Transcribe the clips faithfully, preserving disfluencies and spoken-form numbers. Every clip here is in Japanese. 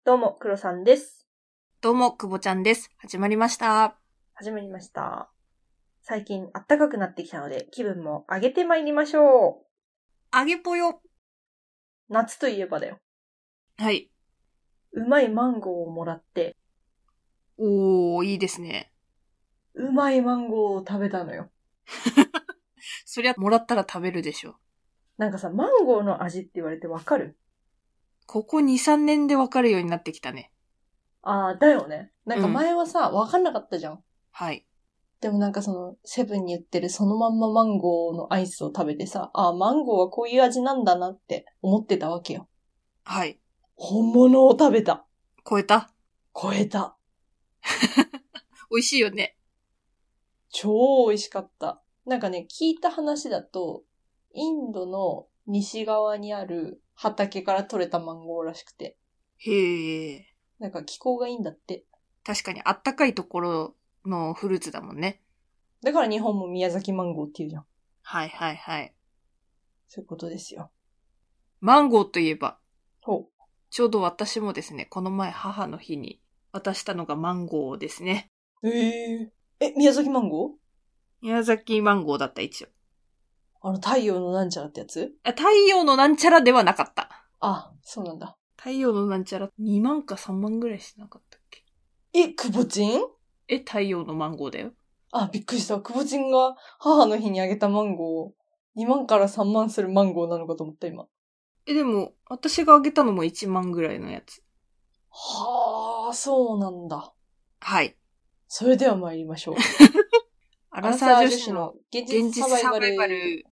どうも、黒さんです。 どうも、くぼちゃんです。始まりました。 始まりました。最近暖かくなってきたので、気分も上げてまいりましょう。 あげぽよ。 夏といえばだよ。 はい。 うまいマンゴーをもらって。 おー、いいですね。 うまいマンゴーを食べたのよ。 そりゃ、もらったら食べるでしょ。 なんかさ、マンゴーの味って言われてわかる？ ここに、さんねんでわかるようになってきたね。 あー、だよね。なんか前はさ、わ、うん、かんなかったじゃん。 はい。 でもなんかその、セブンに売ってるそのまんまマンゴーのアイスを食べてさ、あー、マンゴーはこういう味なんだなって思ってたわけよ。 はい。 本物を食べた。 超えた？ 超えた。 美味しいよね。 超美味しかった。なんかね、聞いた話だと、インドの西側にある畑から採れたマンゴーらしくて。 へえ。 なんか気候がいいんだって。 確かにあったかいところのフルーツだもんね。 だから日本も宮崎マンゴーって言うじゃん。 はいはいはい。 そういうことですよ。 マンゴーといえば。 ほう。 ちょうど私もですね、この前母の日に渡したのがマンゴーですね。 ええー。え、宮崎マンゴー？ 宮崎マンゴーだった一応。 あの太陽のなんちゃらってやつ？ あ、太陽のなんちゃらではなかった。 あ、そうなんだ。 太陽のなんちゃらにまんかさんまんぐらいしてなかったっけ？ え、くぼちん？ え、太陽のマンゴーだよ。 あ、びっくりした。くぼちんが母の日にあげたマンゴー、にまんからさんまんするマンゴーなのかと思った今。 え、でも、私があげたのもいちまんぐらいのやつ。 はあ、そうなんだ。 はい。 それでは参りましょう。 アラサー女子の現実サバイバル。バル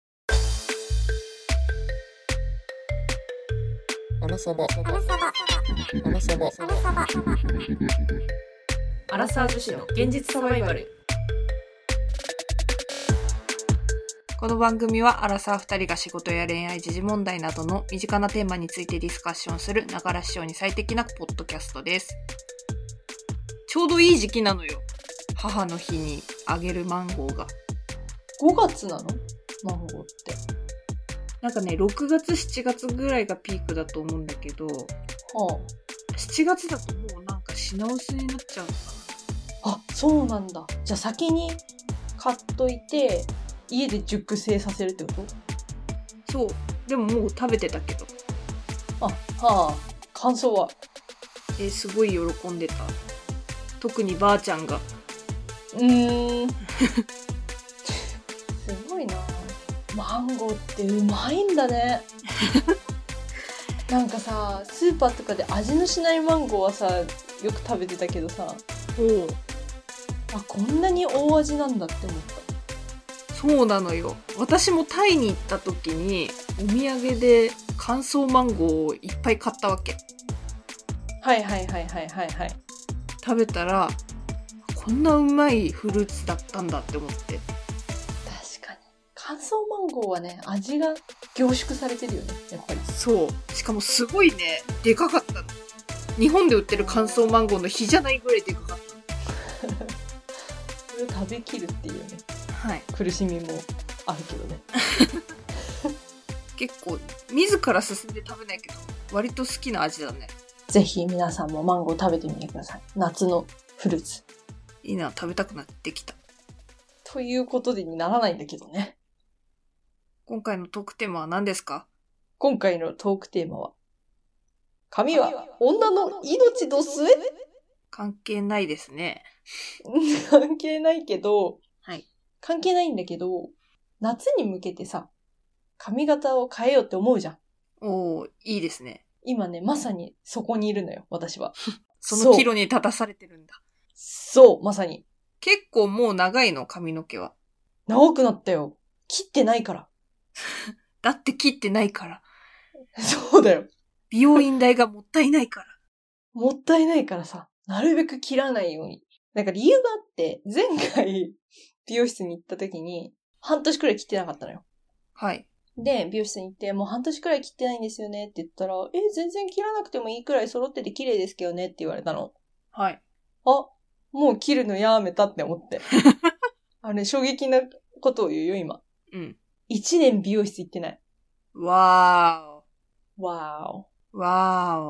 アラサバ。アラサバ。アラサバ。アラサバ。 アラサー女子の現実サバイバル。この番組はアラサー二人が仕事や恋愛、時事問題などの身近なテーマについてディスカッションするながら視聴に最適なポッドキャストです。ちょうどいい時期なのよ。母の日にあげるマンゴーが。 ごがつなの？マンゴーって。 なんかね、ろくがつ、しちがつぐらいがピークだと思うんだけど、はあ、 しちがつだともうなんか品薄になっちゃうのかな。あ、そうなんだ。じゃあ先に買っといて、家で熟成させるってこと？ そう。でももう食べてたけど。 あ、はあ。感想は？ えー、すごい喜んでた。特にばあちゃんが。 うーん。すごいな。マンゴーってうまいんだね。なんかさ、スーパーとかで味のしないマンゴーはさ、よく食べてたけどさ、 おう。 あ、こんなに大味なんだって思った。 そうなのよ。私もタイに行った時にお土産で乾燥マンゴーをいっぱい買ったわけ。 はいはいはいはいはいはい。 食べたらこんなうまいフルーツだったんだって思って。 確かに乾燥マンゴーはね、味が凝縮されてるよね、やっぱり。 そう。しかもすごいね、でかかったの。日本で売ってる乾燥マンゴーの比じゃないぐらいでかかった。 それを食べきるっていうね。 はい。 苦しみもあるけどね。 結構自ら進んで食べないけど割と好きな味だね。 ぜひ皆さんもマンゴー食べてみてください。夏のフルーツ。 いいな、食べたくなってきた。 ということでにならないんだけどね。 今回のトークテーマは何ですか？ 今回のトークテーマは、髪は女の命の末？ 関係ないですね。 関係ないけど、 はい。 関係ないんだけど、夏に向けてさ、髪型を変えようって思うじゃん。 おー、いいですね。 今ね、まさにそこにいるのよ、私は。 その岐路に立たされてるんだ。 そう、まさに。 結構もう長いの、髪の毛は。 長くなったよ。切ってないから。 だって切ってないから。 そうだよ。 美容院代がもったいないから。 もったいないからさ、なるべく切らないように。なんか理由があって、前回美容室に行った時に、半年くらい切ってなかったのよ。 はい。 で、美容室に行って、もう半年くらい切ってないんですよねって言ったら、え、全然切らなくてもいいくらい揃ってて綺麗ですけどねって言われたの。 はい。 あ、もう切るのやめたって思って。あれ、衝撃なことを言うよ、今。 うん。 一年美容室行ってない。 わーお。 わーお。 わーお。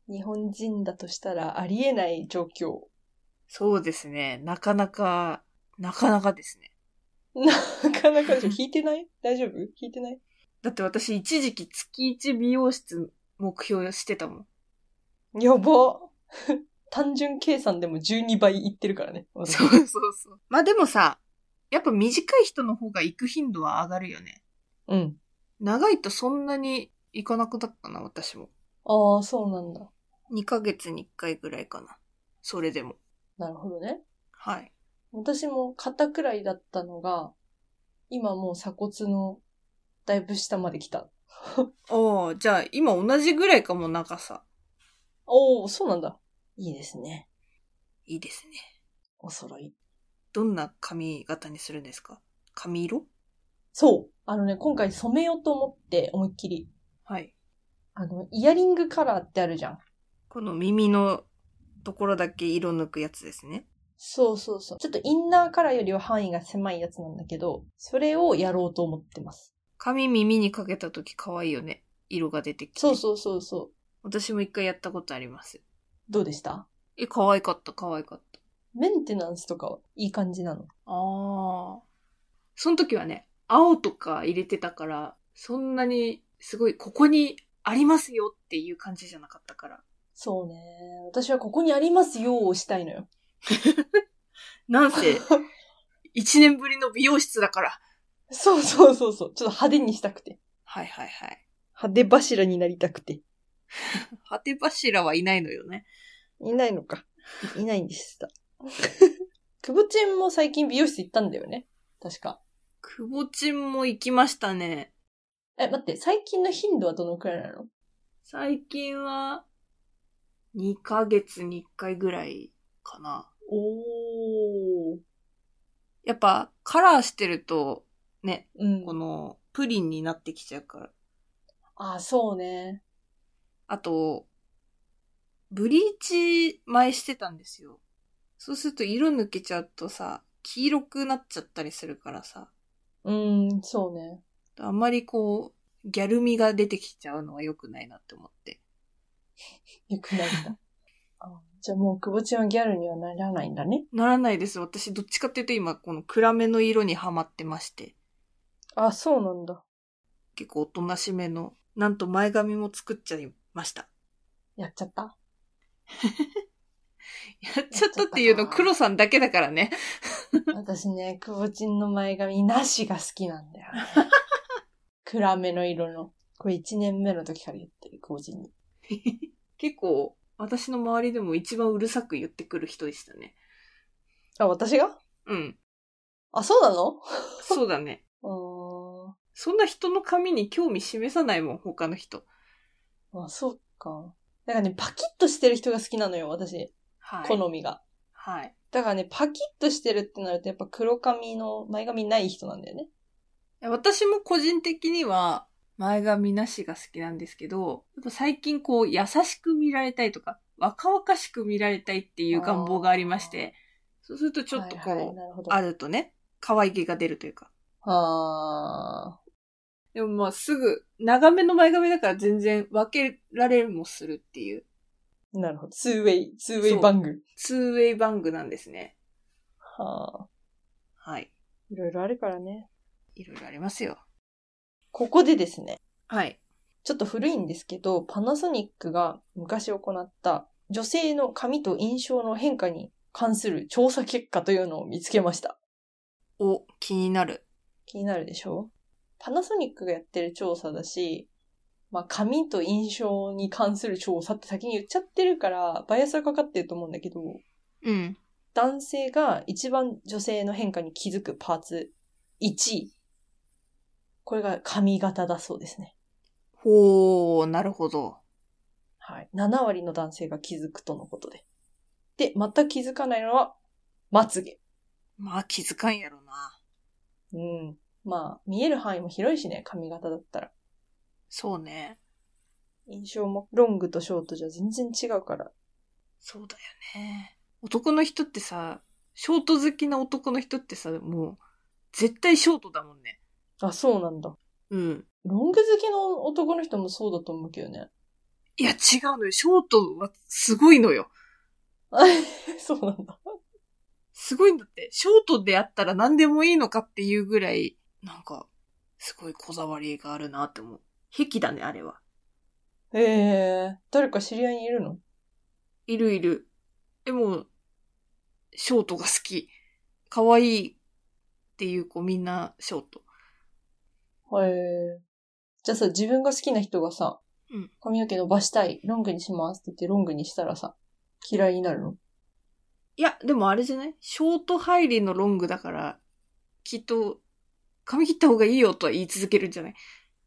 日本人だとしたらありえない状況。 そうですね。なかなか、なかなかですね。 なかなかでしょ。引いてない？大丈夫？引いてない？ だって私一時期月一美容室目標してたもん。 やば。単純計算でもじゅうにばいいってるからね。 そうそうそう。まあでもさ、やっぱ短い人の方が行く頻度は上がるよね。 うん。 長いとそんなに行かなくなったな、私も。 ああ、そうなんだ。 にかげつにいっかいぐらいかな。それでも。 なるほどね。 はい。 私も肩くらいだったのが、今もう鎖骨のだいぶ下まで来た。 ああ、じゃあ今同じぐらいかも、長さ。 おー、そうなんだ。いいですね。 いいですね。 お揃い。 どんな髪型にするんですか？髪色？ そう。あのね、今回染めようと思って思いっきり。 はい。 あの、イヤリングカラーってあるじゃん。 この耳のところだけ色抜くやつですね。 そうそうそう。ちょっとインナーカラーよりは範囲が狭いやつなんだけど、それをやろうと思ってます。 髪耳にかけたとき可愛いよね。色が出てきて。 そうそうそうそう。 私も一回やったことあります。 どうでした？ え、可愛かった、可愛かった。 メンテナンスとかはいい感じなの？ ああ。その時はね、青とか入れてたから、そんなにすごいここにありますよっていう感じじゃなかったから。 そうね。私はここにありますよをしたいのよ。 なんせ、一年ぶりの美容室だから。 そうそうそうそう。ちょっと派手にしたくて。 はいはいはい。 派手柱になりたくて。 果て柱はいないのよね。 いないのか。いないんでした。くぼちんも最近美容室行ったんだよね。確か。 くぼちんも行きましたね。 え、待って、最近の頻度はどのくらいなの？ 最近は、にかげつにいっかいぐらいかな。 おー。 やっぱ、カラーしてると、ね、 うん。 この、プリンになってきちゃうから。 あ、そうね。 あと、ブリーチ前してたんですよ。そうすると色抜けちゃうとさ、黄色くなっちゃったりするからさ。 うーん、そうね。 あんまりこう、ギャル味が出てきちゃうのは良くないなって思って。 よくないんだ。あ、じゃあもうくぼちんはギャルにはならないんだね。 ならないです。私どっちかっていうと今この暗めの色にハマってまして。 あ、そうなんだ。 結構おとなしめの、なんと前髪も作っちゃいました。 やっちゃったやっちゃったっていうの黒さんだけだからね。 私ね、くぼちんの前髪なしが好きなんだよね。暗めの色の。これいちねんめの時から言ってる、くぼちんに。 結構、私の周りでも一番うるさく言ってくる人でしたね。 あ、私が？ うん。 あ、そうなの？ そうだね。 うーん。 そんな人の髪に興味示さないもん、他の人。 あ、そうか。だからね、パキッとしてる人が好きなのよ、私。 はい。 好みが。 はい。 だからね、パキッとしてるってなるとやっぱ黒髪の前髪ない人なんだよね。 私も個人的には前髪なしが好きなんですけど、やっぱ最近こう優しく見られたいとか、若々しく見られたいっていう願望がありまして、そうするとちょっとこう、 はいはい、なるほど。 あるとね、可愛げが出るというか。 あー。 でもまあすぐ、長めの前髪だから全然分けられもするっていう。 なるほど。ツーウェイ、ツーウェイバング。 ツーウェイバングなんですね。 はあ。 はい。 いろいろあるからね。 いろいろありますよ。 ここでですね。 はい。 ちょっと古いんですけど、パナソニックが昔行った女性の髪と印象の変化に関する調査結果というのを見つけました。 お、気になる。 気になるでしょ？パナソニックがやってる調査だし、まあ、髪と印象に関する調査って先に言っちゃってるから、バイアスがかかってると思うんだけど、 うん。 男性が一番女性の変化に気づくパーツいちい。これが髪型だそうですね。 ほー、なるほど。 はい。ななわりの男性が気づくとのことで。で、全く気づかないのは、まつげ。 まあ気づかんやろな。 うん。まあ、見える範囲も広いしね、髪型だったら。 そうね。 印象もロングとショートじゃ全然違うから。 そうだよね。男の人ってさ、ショート好きな男の人ってさ、もう、絶対ショートだもんね。 あ、そうなんだ。 うん。 ロング好きの男の人もそうだと思うけどね。 いや、違うのよ。ショートはすごいのよ。 そうなんだ。 すごいんだって。ショートであったら何でもいいのかっていうぐらい、なんか、すごいこだわりがあるなって思う。癖だね、あれは。 へえ、誰か知り合いにいるの？ いるいる。でも、ショートが好き。可愛いっていう子みんなショート。 へえ。じゃあさ、自分が好きな人がさ、 うん、 髪の毛伸ばしたい、ロングにしますって言ってロングにしたらさ、嫌いになるの？ いや、でもあれじゃないショート入りのロングだから、きっと、髪切った方がいいよとは言い続けるんじゃない？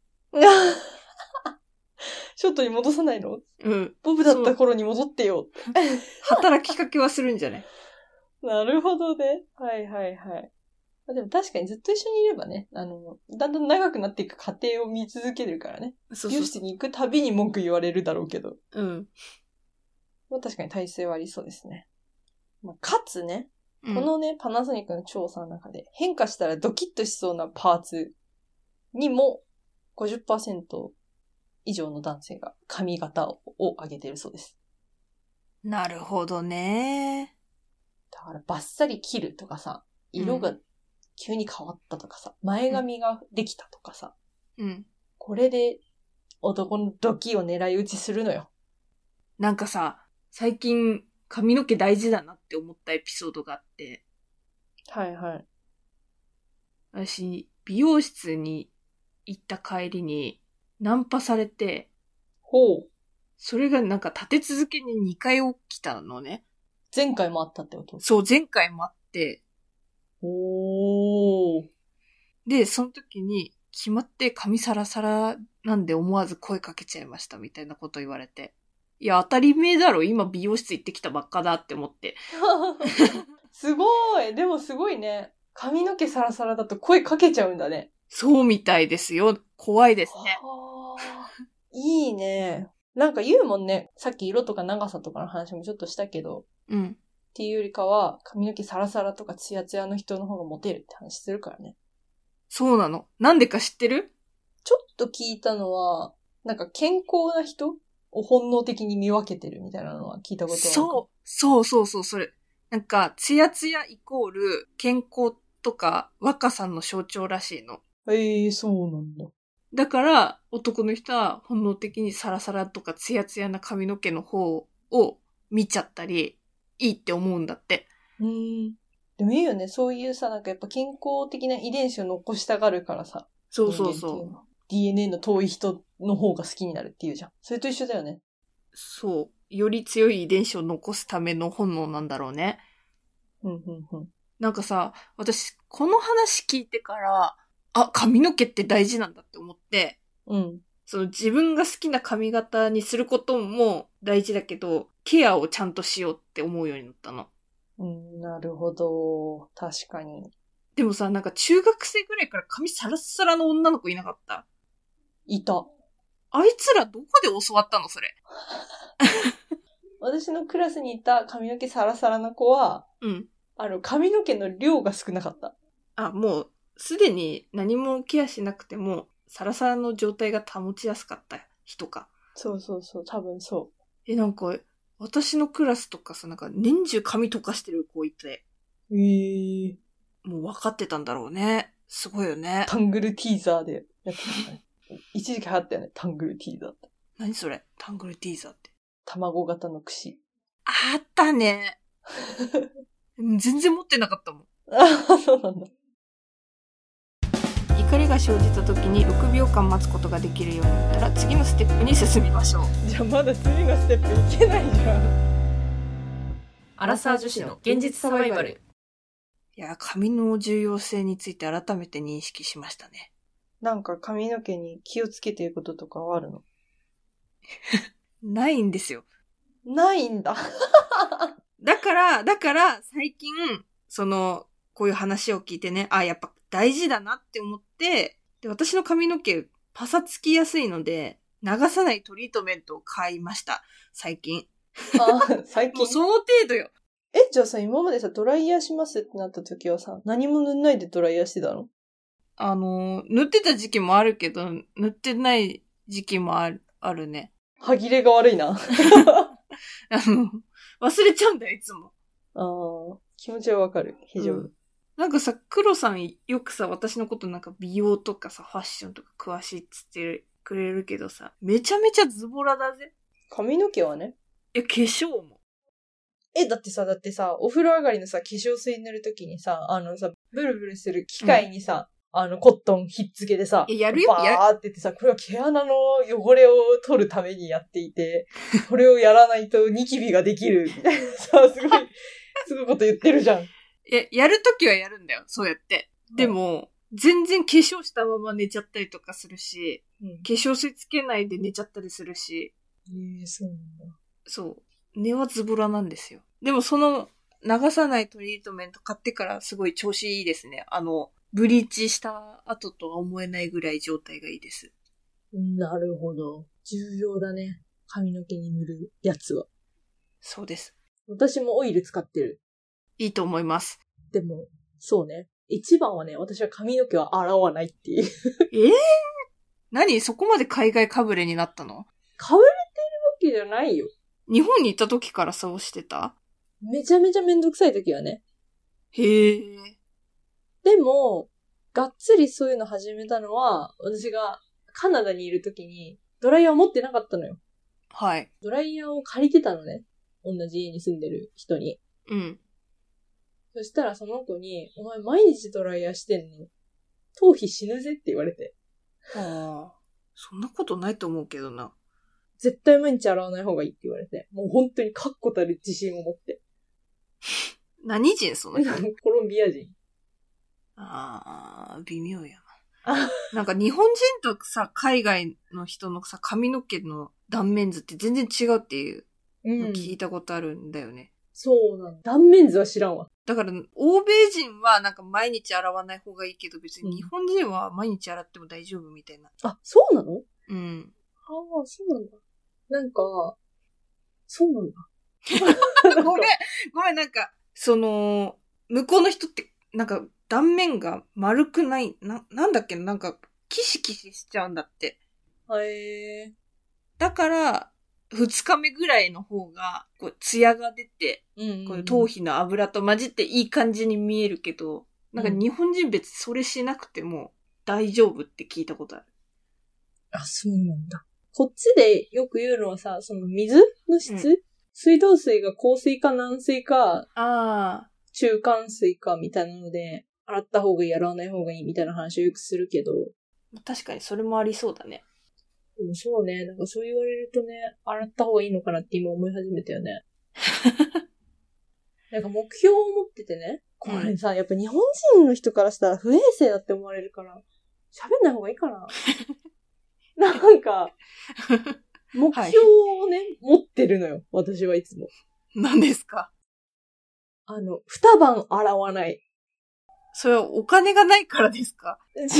ショートに戻さないの？ うん。 ボブだった頃に戻ってよ。 働きかけはするんじゃない？ なるほどね。はいはいはい。でも確かにずっと一緒にいればね、あの、だんだん長くなっていく過程を見続けるからね。 そうそうそう。 美容室に行くたびに文句言われるだろうけど。 うん。 まあ、確かに耐性はありそうですね。まあ、かつね、 うん、 このね、パナソニックの調査の中で変化したらドキッとしそうなパーツにも ごじゅっパーセント 以上の男性が髪型を上げているそうです。 なるほどね。 だからバッサリ切るとかさ、色が急に変わったとかさ、うん、前髪ができたとかさ、 うん。 これで男のドキを狙い撃ちするのよ。 なんかさ、最近髪の毛大事だなって思ったエピソードがあって。 はいはい。 私、美容室に行った帰りにナンパされて、 ほう。 それがなんか立て続けににかい起きたのね。 前回もあったってこと？ そう、前回もあって。 おー。 で、その時に決まって髪サラサラなんで思わず声かけちゃいましたみたいなこと言われて。いや、当たり前だろ。今美容室行ってきたばっかだって思って。 すごい。でもすごいね。髪の毛サラサラだと声かけちゃうんだね。 そうみたいですよ。怖いですね。 いいね。なんか言うもんね。さっき色とか長さとかの話もちょっとしたけど。 うん。 っていうよりかは、髪の毛サラサラとかツヤツヤの人の方がモテるって話するからね。 そうなの。なんでか知ってる？ ちょっと聞いたのは、なんか健康な人を本能的に見分けてるみたいなのは聞いたことある。 そう。そうそうそう、それ。なんか、ツヤツヤイコール健康とか若さの象徴らしいの。 ええー、そうなんだ。 だから、男の人は本能的にサラサラとかツヤツヤな髪の毛の方を見ちゃったり、いいって思うんだって。 うーん。でもいいよね。そういうさ、なんかやっぱ健康的な遺伝子を残したがるからさ。 そうそうそう。 ディーエヌエー の遠い人の方が好きになるっていうじゃん。それと一緒だよね。 そう。より強い遺伝子を残すための本能なんだろうね。 うん、うん、うん。 なんかさ、私、この話聞いてから、あ、髪の毛って大事なんだって思って、 うん。 その自分が好きな髪型にすることも大事だけど、ケアをちゃんとしようって思うようになったの。 うん、なるほど。確かに。 でもさ、なんか中学生ぐらいから髪サラッサラの女の子いなかった？ いた。 あいつらどこで教わったのそれ。 私のクラスにいた髪の毛サラサラな子は、 うん。 あの、髪の毛の量が少なかった。 あ、もう、すでに何もケアしなくても、サラサラの状態が保ちやすかった人か。 そうそうそう、多分そう。 え、なんか、私のクラスとかさ、なんか年中髪溶かしてる子いて。 えー。 もう分かってたんだろうね。すごいよね。 タングルティーザーでやってたね。一時期流行ったよね、タングルティーザーって。 何それ？タングルティーザーって。 卵型の櫛。 あったね。全然持ってなかったもん。 ああ、そうなんだ。 怒りが生じた時にろくびょうかん待つことができるようになったら次のステップに進みましょう。 じゃあまだ次のステップいけないじゃん。 アラサー女子の現実サバイバル。いや、髪の重要性について改めて認識しましたね。 なんか髪の毛に気をつけていることとかはあるの？ ないんですよ。 ないんだ。 だから、だから最近、その、こういう話を聞いてね、あ、やっぱ大事だなって思って、で、私の髪の毛パサつきやすいので、流さないトリートメントを買いました。最近。 あ、最近。 もうその程度よ。 え、じゃあさ、今までさ、ドライヤーしますってなった時はさ、何も塗んないでドライヤーしてたの？ あの、塗ってた時期もあるけど、塗ってない時期もある、あるね。 歯切れが悪いな。 あの、忘れちゃうんだよ、いつも。 ああ、気持ちはわかる。非常に。 うんなんかさ、黒さんよくさ、私のことなんか美容とかさ、ファッションとか詳しいっつってくれるけどさ、めちゃめちゃズボラだぜ。 髪の毛はね。 え、化粧も。 え、だってさ、だってさ、お風呂上がりのさ、化粧水塗るときにさ、あのさ、ブルブルする機械にさ、うん、あの、コットンひっつけてさ、 えやるよ、 バーって言ってさ、これは毛穴の汚れを取るためにやっていて、これをやらないとニキビができる、みたいなさ、すごい、すごいこと言ってるじゃん。 え、やるときはやるんだよ、そうやって。でも、全然化粧したまま寝ちゃったりとかするし、うん、化粧水つけないで寝ちゃったりするし。 えー、そうなんだ。 そう。寝はズボラなんですよ。でもその、流さないトリートメント買ってからすごい調子いいですね。あの、ブリーチした後とは思えないぐらい状態がいいです。 なるほど。重要だね。髪の毛に塗るやつは。 そうです。 私もオイル使ってる。 いいと思います。 でも、そうね。一番はね、私は髪の毛は洗わないっていう。 ええー、何そこまで海外かぶれになったの？ かぶれてるわけじゃないよ。 日本に行った時からそうしてた？ めちゃめちゃめんどくさい時はね。 へえ。 でも、がっつりそういうの始めたのは、私がカナダにいる時にドライヤーを持ってなかったのよ。 はい。 ドライヤーを借りてたのね。同じ家に住んでる人に。 うん。 そしたらその子に、お前毎日ドライヤーしてんの？頭皮死ぬぜって言われて。 ああ。そんなことないと思うけどな。 絶対毎日洗わない方がいいって言われて。もう本当に確固たる自信を持って。 何人その人？ コロンビア人。 ああ、微妙やな。なんか日本人とさ、海外の人のさ、髪の毛の断面図って全然違うっていうの聞いたことあるんだよね。うん、 そうなの。断面図は知らんわ。 だから、欧米人はなんか毎日洗わない方がいいけど、別に日本人は毎日洗っても大丈夫みたいな。 うん、あ、そうなの？ うん。 ああ、そうなんだ。なんか、そうなんだ。 ごめん、ごめん、なんか、その、向こうの人って、なんか、断面が丸くない、な、なんだっけ、なんか、キシキシしちゃうんだって。 へー。 だから、二日目ぐらいの方が、こう、ツヤが出て、うんうんうん、こう頭皮の油と混じっていい感じに見えるけど、なんか日本人別にそれしなくても大丈夫って聞いたことある。 あ、そうなんだ。こっちでよく言うのはさ、その水の質、うん、水道水が硬水か軟水か、あ中間水かみたいなので、洗った方がいい、洗わない方がいいみたいな話をよくするけど。 確かにそれもありそうだね。 でもそうね、なんかそう言われるとね、洗った方がいいのかなって今思い始めたよね。なんか目標を持っててね、これさ、やっぱ日本人の人からしたら不衛生だって思われるから、喋んない方がいいかな。なんか、目標をね、はい、持ってるのよ、私はいつも。 何ですか？ あの、二晩洗わない。 それはお金がないからですか？ 違うって。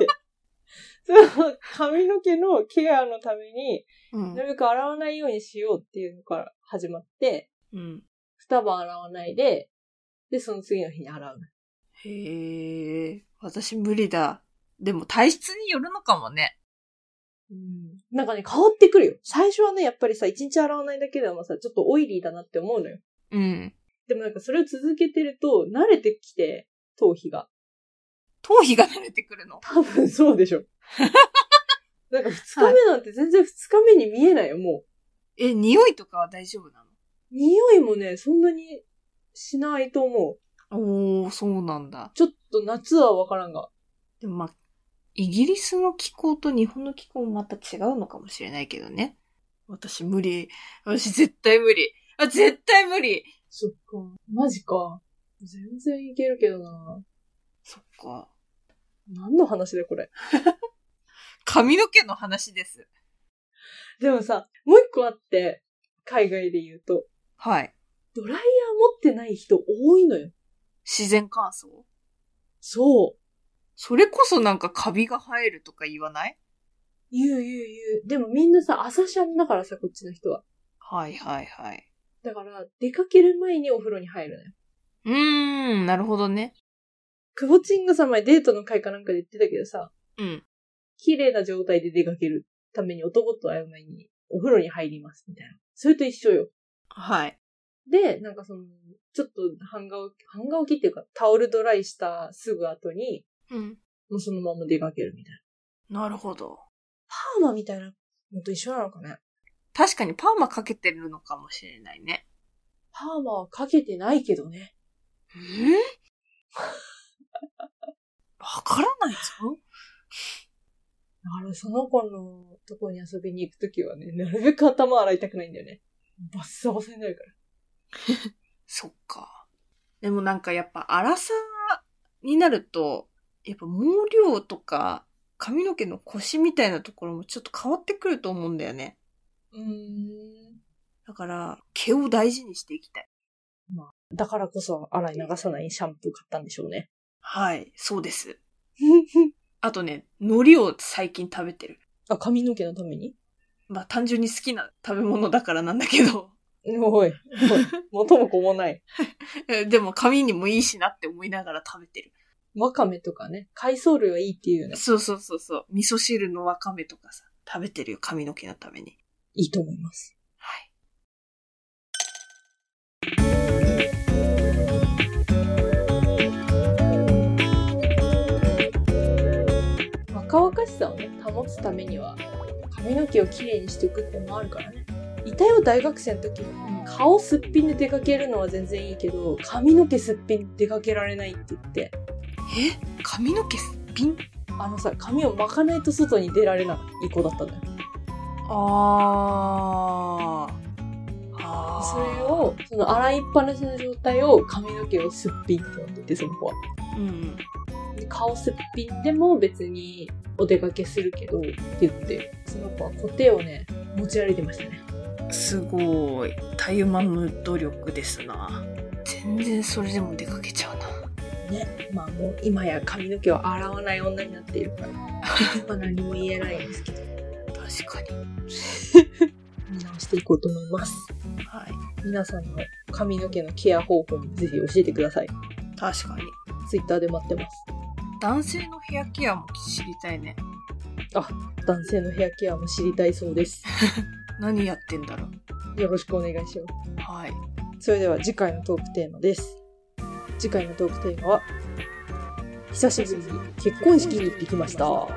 その髪の毛のケアのために、うん、なるべく洗わないようにしようっていうのから始まって、うん、二晩洗わないで、で、その次の日に洗う。 へえ、私無理だ。でも体質によるのかもね。 うん、なんかね、変わってくるよ。最初はね、やっぱりさ、一日洗わないだけでもさ、ちょっとオイリーだなって思うのよ。うん。でもなんかそれを続けてると、慣れてきて、頭皮が。 頭皮が慣れてくるの？ 多分そうでしょ。なんか二日目なんて全然二日目に見えないよ、もう。 え、匂いとかは大丈夫なの？ 匂いもね、そんなにしないと思う。 おー、そうなんだ。 ちょっと夏はわからんが。 でもまあ、イギリスの気候と日本の気候もまた違うのかもしれないけどね。私無理。私絶対無理。あ、絶対無理。 そっか。マジか。全然いけるけどな。 そっか。 何の話だよ、これ。 髪の毛の話です。 でもさ、もう一個あって、海外で言うと。 はい。 ドライヤー持ってない人多いのよ。 自然乾燥？ そう。 それこそなんかカビが生えるとか言わない？ 言う言う言う。でもみんなさ、朝シャンだからさ、こっちの人は。 はいはいはい。 だから、出かける前にお風呂に入るのよ。 うーん、なるほどね。 クボチンがさ、前デートの会かなんかで言ってたけどさ、 うん。 綺麗な状態で出かけるために男と会う前にお風呂に入りますみたいな。それと一緒よ。 はい。 で、なんかその、ちょっと半顔、半顔起きっていうか、タオルドライしたすぐ後に、 うん。 もうそのまま出かけるみたいな。なるほど。 パーマみたいなのと一緒なのかね。 確かにパーマかけてるのかもしれないね。 パーマはかけてないけどね。 えわからないぞ。 だからその子のとこに遊びに行くときはね、なるべく頭洗いたくないんだよね。バッサバサになるから。 そっか。でもなんかやっぱ荒さになると、やっぱ毛量とか髪の毛のコシみたいなところもちょっと変わってくると思うんだよね。 うーん。 だから毛を大事にしていきたい。 まあ、だからこそ洗い流さないシャンプー買ったんでしょうね。 はい、そうです。あとね、海苔を最近食べてる。 あ、髪の毛のために？ まあ単純に好きな食べ物だからなんだけど。 おい、おい、元も子もない。 でも髪にもいいしなって思いながら食べてる。 わかめとかね、海藻類はいいっていうよね。 そうそうそうそう。味噌汁のわかめとかさ、食べてるよ、髪の毛のために。 いいと思います。 はい。 若々しさをね、保つためには、髪の毛をきれいにしておくってのもあるからね。いたよ、大学生の時に。顔すっぴんで出かけるのは全然いいけど、髪の毛すっぴんで出かけられないって言って。 え？髪の毛すっぴん？ あのさ、髪を巻かないと外に出られない子だったんだよ。 あー。あー。 それを、その洗いっぱなしの状態を髪の毛をすっぴんって呼んでて、その子は。 うん。 で顔すっぴんでも別にお出かけするけどって言って、その子はコテをね、持ち歩いてましたね。 すごい。たゆまぬ努力ですな。全然それでも出かけちゃうな。 ね。まあもう今や髪の毛を洗わない女になっているから。まあ何も言えないんですけど。 確かに。 見直していこうと思います。 はい。 皆さんの髪の毛のケア方法もぜひ教えてください。 確かに。 ツイッターで待ってます。 男性のヘアケアも知りたいね。 あ、男性のヘアケアも知りたいそうです。 何やってんだろう。よろしくお願いします。 はい。 それでは次回のトークテーマです。次回のトークテーマは、久しぶりに結婚式に行ってきました。はい。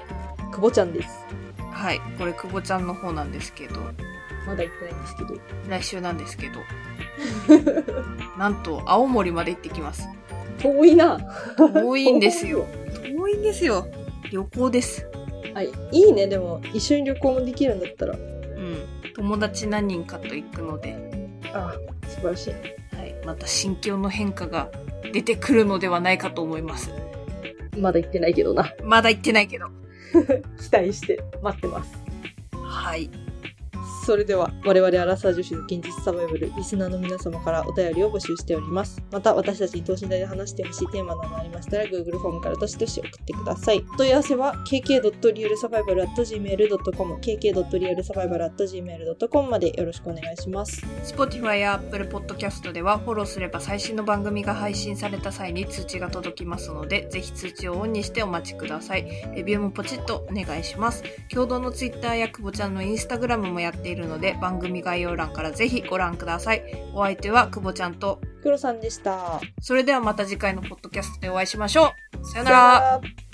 久保ちゃんです。 はい。これ久保ちゃんの方なんですけど。 まだ行ってないんですけど。 来週なんですけど。なんと、青森まで行ってきます。 遠いな。 遠いんですよ。遠いんですよ。旅行です。 はい。いいね。でも、一緒に旅行もできるんだったら。うん。 友達何人かと行くので。 ああ、素晴らしい。 はい。また心境の変化が出てくるのではないかと思います。 まだ行ってないけどな。 まだ行ってないけど。 期待して待ってます。 はい。 それでは我々アラサー女子の現実サバイバルリスナーの皆様からお便りを募集しております。また私たちに等身大で話してほしいテーマなどありましたら Google フォームからどしどし送ってください。お問い合わせは ケーケードットリアルサバイバルアットジーメールドットコム ケーケードットリアルサバイバルアットジーメールドットコム までよろしくお願いします。 Spotify や Apple Podcast ではフォローすれば最新の番組が配信された際に通知が届きますので、ぜひ通知をオンにしてお待ちください。レビューもポチッとお願いします。共同の Twitter や久保ちゃんの Instagram もやっているので、番組概要欄からぜひご覧ください。お相手は久保ちゃんと黒さんでした。 それではまた次回のポッドキャストでお会いしましょう。さよなら。